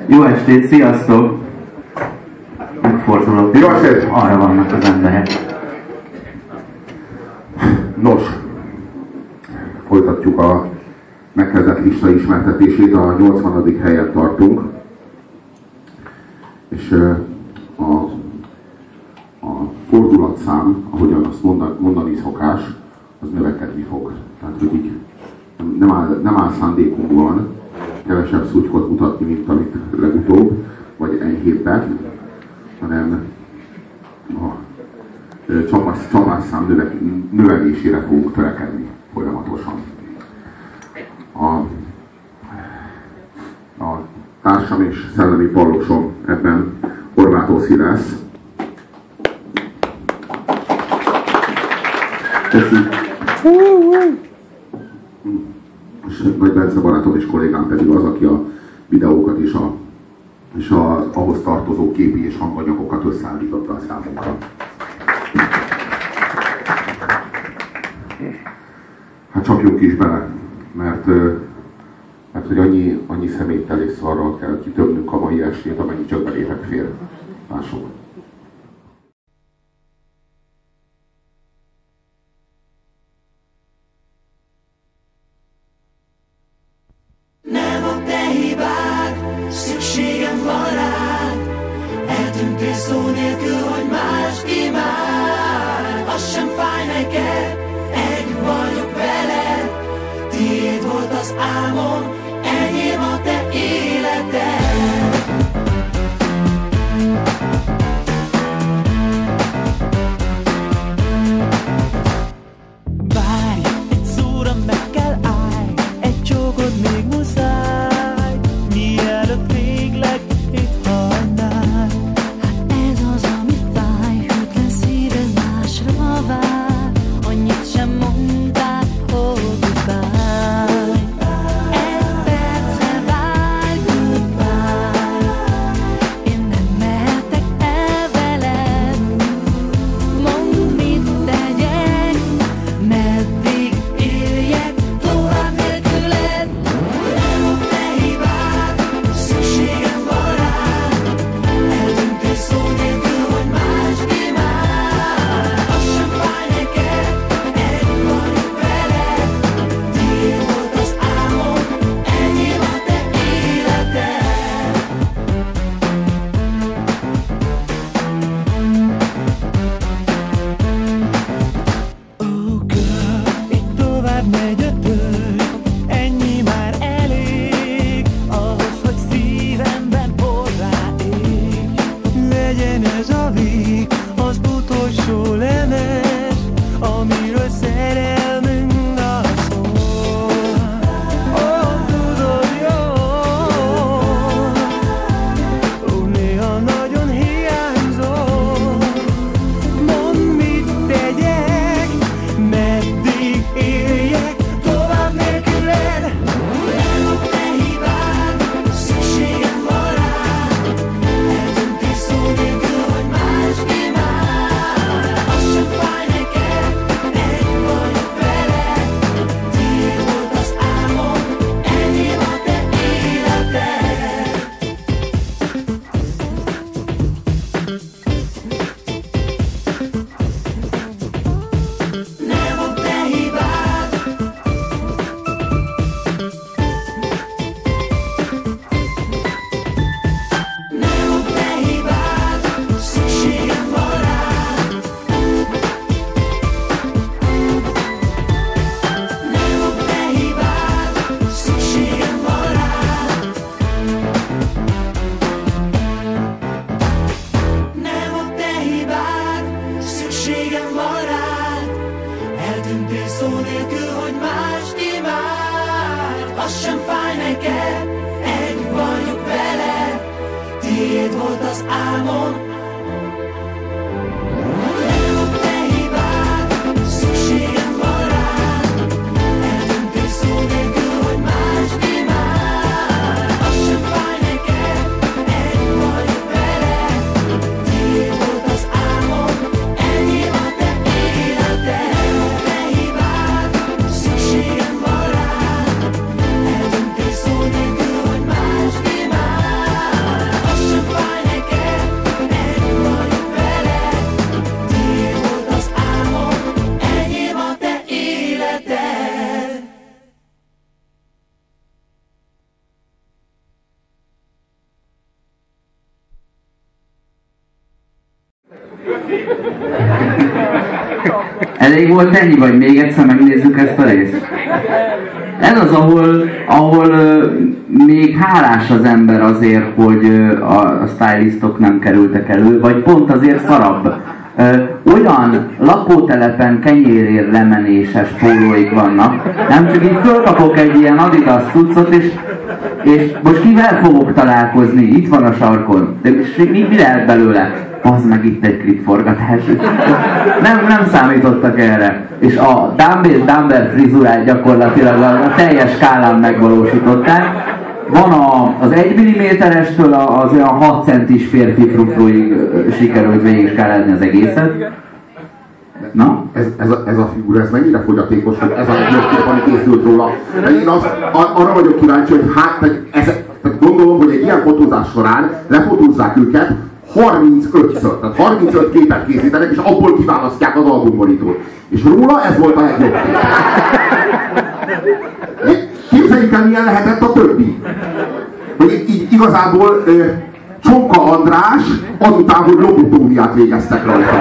Jó estét, sziasztok! Megfordulok. Jó estét! Arra vannak az emberek. Nos, folytatjuk a megkezdett lista ismertetését, a 80. helyen tartunk. És a fordulatszám, ahogyan azt mondani szokás, az növekedni fog. Tehát, hogy így nem áll szándékunkban kevesebb szutykot mutatni, mint amit legutóbb, vagy enyhébbet, hanem a csapásszám növelésére fogunk törekedni folyamatosan. A társam és szellemi pallosom ebben Horváth Oszi lesz. És Nagy Bence barátom és kollégám pedig az, aki a videókat és az ahhoz tartozó képi és hanganyagokat összeállította a számunkra. Hát csapjunk is bele, mert hogy annyi szeméttel és szarral kell kitöbnünk a mai estét, amennyi csak belétek fér. Lássuk. Nem a te hibád, szükségem van rád. Eltűntél szó nélkül, hogy mást imád. Az sem fáj neked, egy vagyok veled. Tiéd volt az álmom, enyém a te életed. Várj, egy szóra meg kell állj, egy csókod még muszáj, mielőtt végleg itt hagynál. Hát ez az, ami fáj, hűtlen szíved másra vár, annyit sem mondtál, oh goodbye. Egy percre várj, goodbye, én nem mehetek el veled. Mondd, mit tegyek, meddig éljek tovább nélküled. Nem a te hibád, szükségem van rád. Eltűntél szó nélkül, hogy mást imád. Az sem fáj neked, egy vagyok veled. Tiéd volt az álmom, enyém a te életed. Oh girl, itt tovább megy a tör, ennyi már elég, ahhoz, hogy szívemben porrá ég. Legyen ez a vég, az utolsó lemez, amiről szerelmünk dala szól. Oh, tudod jól, néha nagyon hiányzol. Mondd, mit tegyek, meddig éljek tovább nélküled. Nem a te hibád, szükségem van rád. Eltűntél szó nélkül, hogy mást imád. Az sem fáj neked, egy vagyok veled. Tiéd volt az álmom, enyém a te életed. Nem a te hibád. Nem a te hibád, szükségem van rád. Nem a te hibád, szükségem van rád. Nem a te hibád, szükségem van rád. Eltűntél szó nélkül, hogy mást imád. Az sem fáj neked, egy vagyok veled. Tiéd volt az álmom. Nem a te hibád, szükségem van rád. Eltűntél szó nélkül, hogy mást imád. Az sem fáj neked, egy vagyok veled. Tiéd volt az álmom, enyém a te életed. Nem a te hibád, szükségem van rád. Eltűntél szó nélkül, hogy mást imád. Elég volt ennyi, vagy még egyszer megnézzük ezt a részt? Ez az, ahol még hálás az ember azért, hogy a stylistok nem kerültek elő, vagy pont azért szarabb. Olyan lakótelepen kenyérért lemenéses pólóik vannak, nem csak így fölkapok egy ilyen Adidas cuccot, és most kivel fogok találkozni? Itt van a sarkon. De mi lehet belőle? Az meg itt egy klipforgatás. Nem számítottak erre. És a Dumb és Dumber frizurát gyakorlatilag a teljes skálán megvalósították. Van az 1 mm-estől az olyan 6 centis férfi frufruig sikerült végig skálázni az egészet. Na? Ez a figura, ez mennyire fogyatékos, hogy ez a legjobb kép, ami készült róla. Én arra vagyok kíváncsi, hogy gondolom, hogy egy ilyen fotózás során lefotózzák őket 35-ször, tehát 35 képet készítenek, és abból kiválasztják az albumborítót. És róla ez volt a legjobb kép. Képzeljük el, milyen lehetett a többi. Hogy így igazából Csonka András azután, hogy lobotómiát végeztek rajta.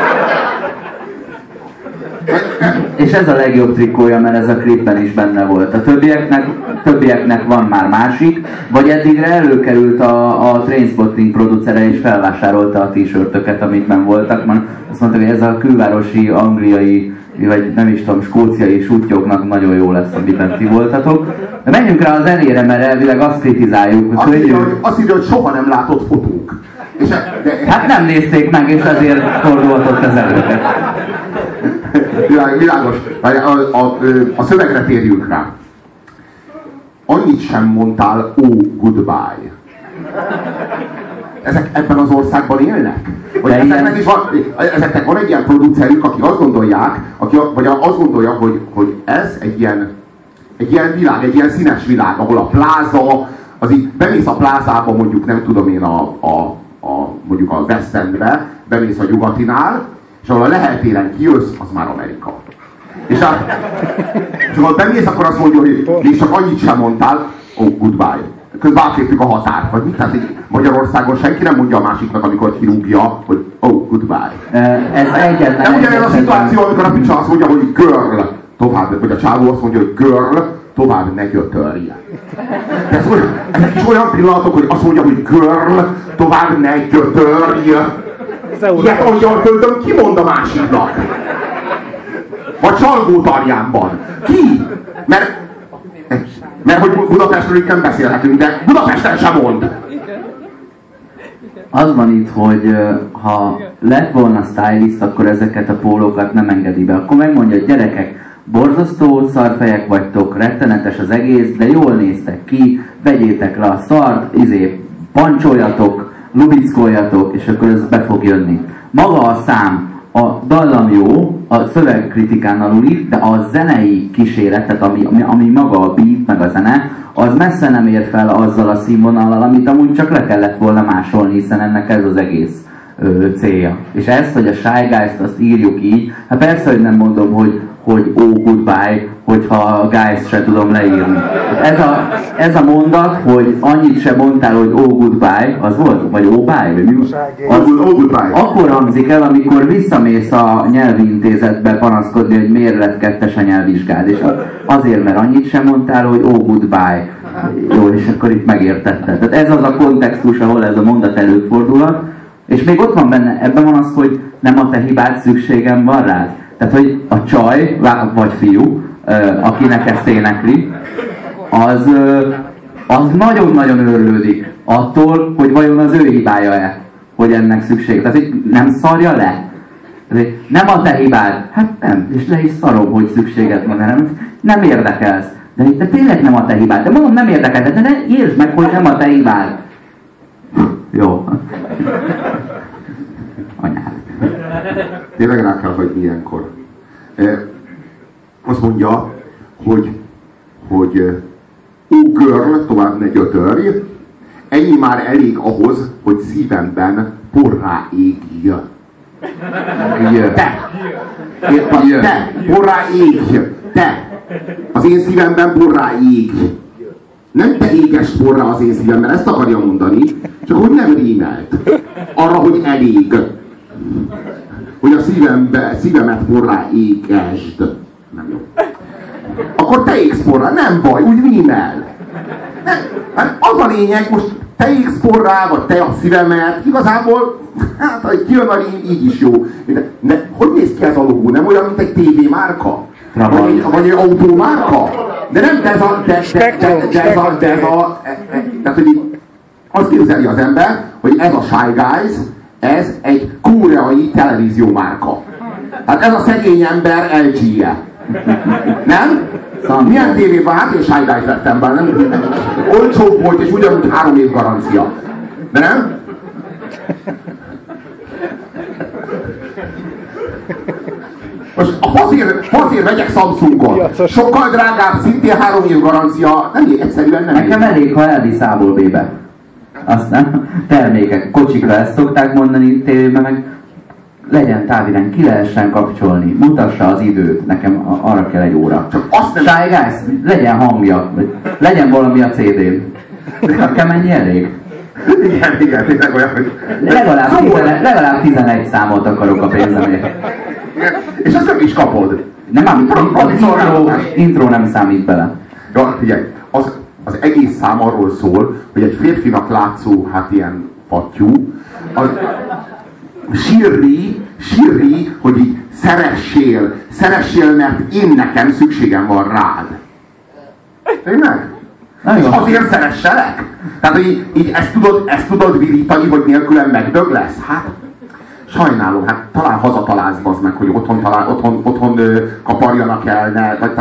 És ez a legjobb trikója, mert ez a klipben is benne volt. A többieknek van már másik, vagy eddigre előkerült a Trainspotting producere és felvásárolta a t-shirtöket, amikben voltak. Azt mondta, hogy ez a külvárosi, angliai, vagy nem is tudom, skóciai sútyoknak nagyon jó lesz, amiben ti voltatok. De menjünk rá a zenére, mert elvileg azt kritizáljuk. Azt írja, hogy soha nem látott fotók. Hát nem nézték meg, és azért fordulhatott ez előket. Világos. A szövegre térjünk rá. Annyit sem mondtál, oh, goodbye. Ezek ebben az országban élnek? Vagy ezeknek van egy ilyen producerük, aki azt gondolják, vagy azt gondolja, hogy ez egy ilyen világ, egy ilyen színes világ, ahol a pláza, az így bemész a plázába, mondjuk nem tudom én mondjuk a West Endbe, bemész a Nyugatinál, és ahol a Lehel téren kijössz, az már Amerika. És ahol bemész, akkor azt mondja, hogy még csak annyit sem mondtál, oh, goodbye. Közben átléptük a határt, vagy mit? Tehát Magyarországon senki nem mondja a másiknak, amikor kirúgja, hogy oh, goodbye. Ez egyetlen. Nem ugyanez a szituáció, amikor a picsa azt mondja, hogy girl, tovább, vagy a csávó azt mondja, hogy girl, tovább ne gyötörj. Ezek is olyan pillanatok, hogy azt mondja, hogy girl, tovább ne gyötörj. Ilyet angyal földön ki mond a másiknak? Vagy Salgótarjánban. Ki? Mert hogy Budapestről nem beszélhetünk, de Budapesten sem mond. Az van itt, hogy ha lett volna stylist, akkor ezeket a pólókat nem engedi be. Akkor megmondja, hogy gyerekek, borzasztó szarfejek vagytok, rettenetes az egész, de jól néztek ki, vegyétek le a szart, pancsoljatok, lubickoljatok, és akkor ez be fog jönni. Maga a szám, a dallam jó, a szövegkritikán aluli, de a zenei kíséret, tehát ami maga a beat, meg a zene, az messze nem ér fel azzal a színvonallal, amit amúgy csak le kellett volna másolni, hiszen ennek ez az egész célja. És ezt, hogy a Shy Guys-t azt írjuk így, hát persze, hogy nem mondom, hogy oh, goodbye, hogyha a Guys se tudom leírni. Ez a mondat, hogy annyit se mondtál, hogy oh, goodbye, az volt? Vagy oh, bye? Vagy mi? Akkor hangzik el, amikor visszamész a nyelvi intézetbe panaszkodni, hogy miért lett kettes a nyelvvizsgád. És azért, mert annyit sem mondtál, hogy oh, goodbye. Jó, és akkor itt megértetted. Tehát ez az a kontextus, ahol ez a mondat előfordulhat. És még ott van benne, ebben van az, hogy nem a te hibád, szükségem van rád. Tehát, hogy a csaj, vagy fiú, akinek ezt énekli, az nagyon-nagyon őrlődik attól, hogy vajon az ő hibája-e, hogy ennek szükség. Tehát, hogy nem szarja le. Tehát, nem a te hibád. Hát nem, és le is szarom, hogy szükséged van. Nem érdekelsz. De tényleg nem a te hibád. De mondom, nem érdekel. De ne értsd meg, hogy nem a te hibád. Jó. Anyád. Tényleg rá kell hagyni ilyenkor. Azt mondja, hogy ó girl, tovább ne gyötörj, ennyi már elég ahhoz, hogy szívemben porrá égj. Te! Porrá égj! Te! Az én szívemben porrá égj. Nem te éges porrá az én szívemben, ezt akarja mondani, csak hogy nem rímelt. Arra, hogy elég. hogy a szívemet porrá égesd. Nem jó. Akkor te égsz porrá, nem baj, úgy rímel. Hát az a lényeg, most te égsz porrá, vagy te a szívemet, igazából, hát ha kijön a rím, így is jó. De hogy néz ki ez a logó? Nem olyan, mint egy tévémárka? Vagy egy autómárka? De nem, de ez a... Tehát, hogy azt képzeli az ember, hogy ez a Shy Guys, ez egy koreai televíziómárka. Hát ez a szegény ember LG-je. Nem? Milyen tévében? Hát én Shy Guys vettem be, nem? Olcsóbb volt, és ugyanúgy 3 év garancia. De nem? Most a faszért vegyek Samsungot. Sokkal drágább, szintén 3 év garancia. Nem, egyszerűen nem. Nekem elég, ha Addis A-ból B-be. Aztán termékek, kocsikra ezt szokták mondani tévében, meg legyen távirány, ki lehessen kapcsolni, mutassa az időt, nekem arra kell egy óra. Csak azt nem... Shy Guys, legyen hangja, vagy legyen valami a CD-n. Nekem mennyi elég? Igen, tényleg olyan, hogy... Legalább 11 számot akarok a pénzemért. És azt nem is kapod. Nem, az intro nem számít bele. Ja, figyelj, az egész szám arról szól, hogy egy férfinak látszó, hát ilyen fattyú, az sírri, hogy így szeressél, mert én nekem szükségem van rád. Tényleg? És azért szeresselek? Tehát, hogy így ezt tudod virítani, hogy nélkülem megdög lesz? Hát, sajnálom, hát talán hazatalálsz, bazd meg, hogy otthon kaparjanak el,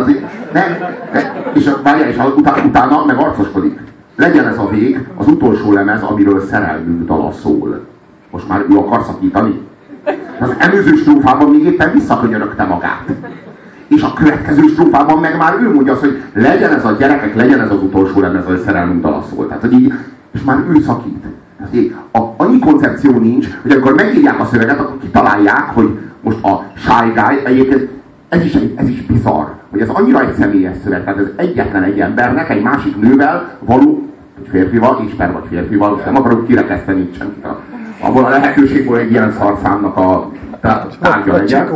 és utána meg arcoskodik. Legyen ez a vég, az utolsó lemez, amiről szerelmünk dala szól. Most már ő akar szakítani? Az előző strófában még éppen visszakönyörögte magát. És a következő strófában meg már ő mondja azt, hogy legyen ez a gyerekek, legyen ez az utolsó lemez, a szerelmünk dala szól. Tehát, hogy így, és már ő szakít. Annyi koncepció nincs, hogy amikor megírják a szöveget, akkor kitalálják, hogy most a Shy Guy, egyébként ez is bizarr, hogy ez annyira egy személyes szöveg, tehát ez egyetlen egy embernek egy másik nővel való, egy férfival, ismer vagy férfival, most nem akarok kirekeszteni senkit abból a lehetőségből, egy ilyen szarszámnak a tárgya legyen.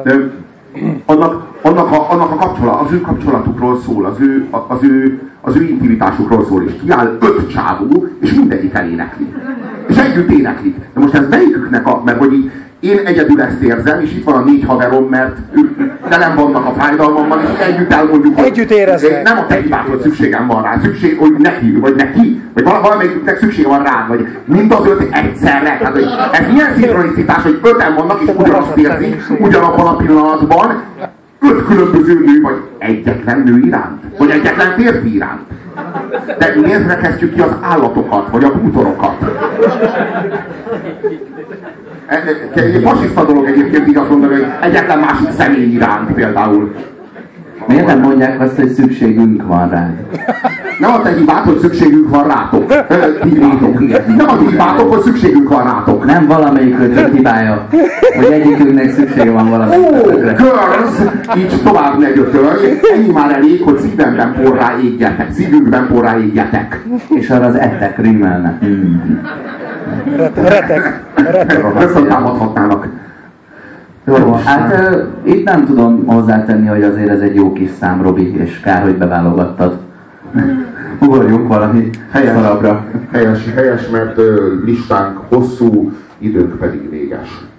Annak a kapcsolat, az ő kapcsolatukról szól, az ő intimitásukról szól, és kiáll 5 csávó, és mindegyik elénekli. És együtt éneklik. De most ez melyiküknek mert hogy így, én egyedül ezt érzem, és itt van a 4 haverom, mert nem vannak a fájdalmammal, és együtt elmondjuk, együtt éreznek. Nem a te hibától szükségem van rá, szükség, hogy neki, vagy valamelyiküknek szüksége van rá, vagy mind az 5 egyszerre. Tehát, hogy ez milyen szinkronicitás, hogy 5-en vannak, és ugyanazt érzik, ugyanabban a pillanatban, 5 különböző nő, vagy egyetlen nő iránt, vagy egyetlen férfi iránt. De miért rekesztjük ki az állatokat, vagy a bútorokat? Egy fasiszta dolog egyébként így azt mondani, hogy egyetlen másik személy iránt például. Miért nem mondják azt, hogy szükségünk van rád? Nem a te hibát, hogy szükségünk van rátok. Nem a hibátok, hogy szükségünk van rátok. Nem valamelyik ötök hibája, hogy egyikünknek szüksége van valamelyik ötökre. Girls, így tovább ne gyötörj. Ennyi már elég, hogy szívünkben porrá égjetek. És arra az ettek rimmelnek. Retek. Összetámadhatnának. Jó, hát itt nem tudom hozzátenni, hogy azért ez egy jó kis szám, Robi, és kár, hogy beválogattad. Ugorjunk valami szarabra. Helyes, mert listánk hosszú, időnk pedig véges.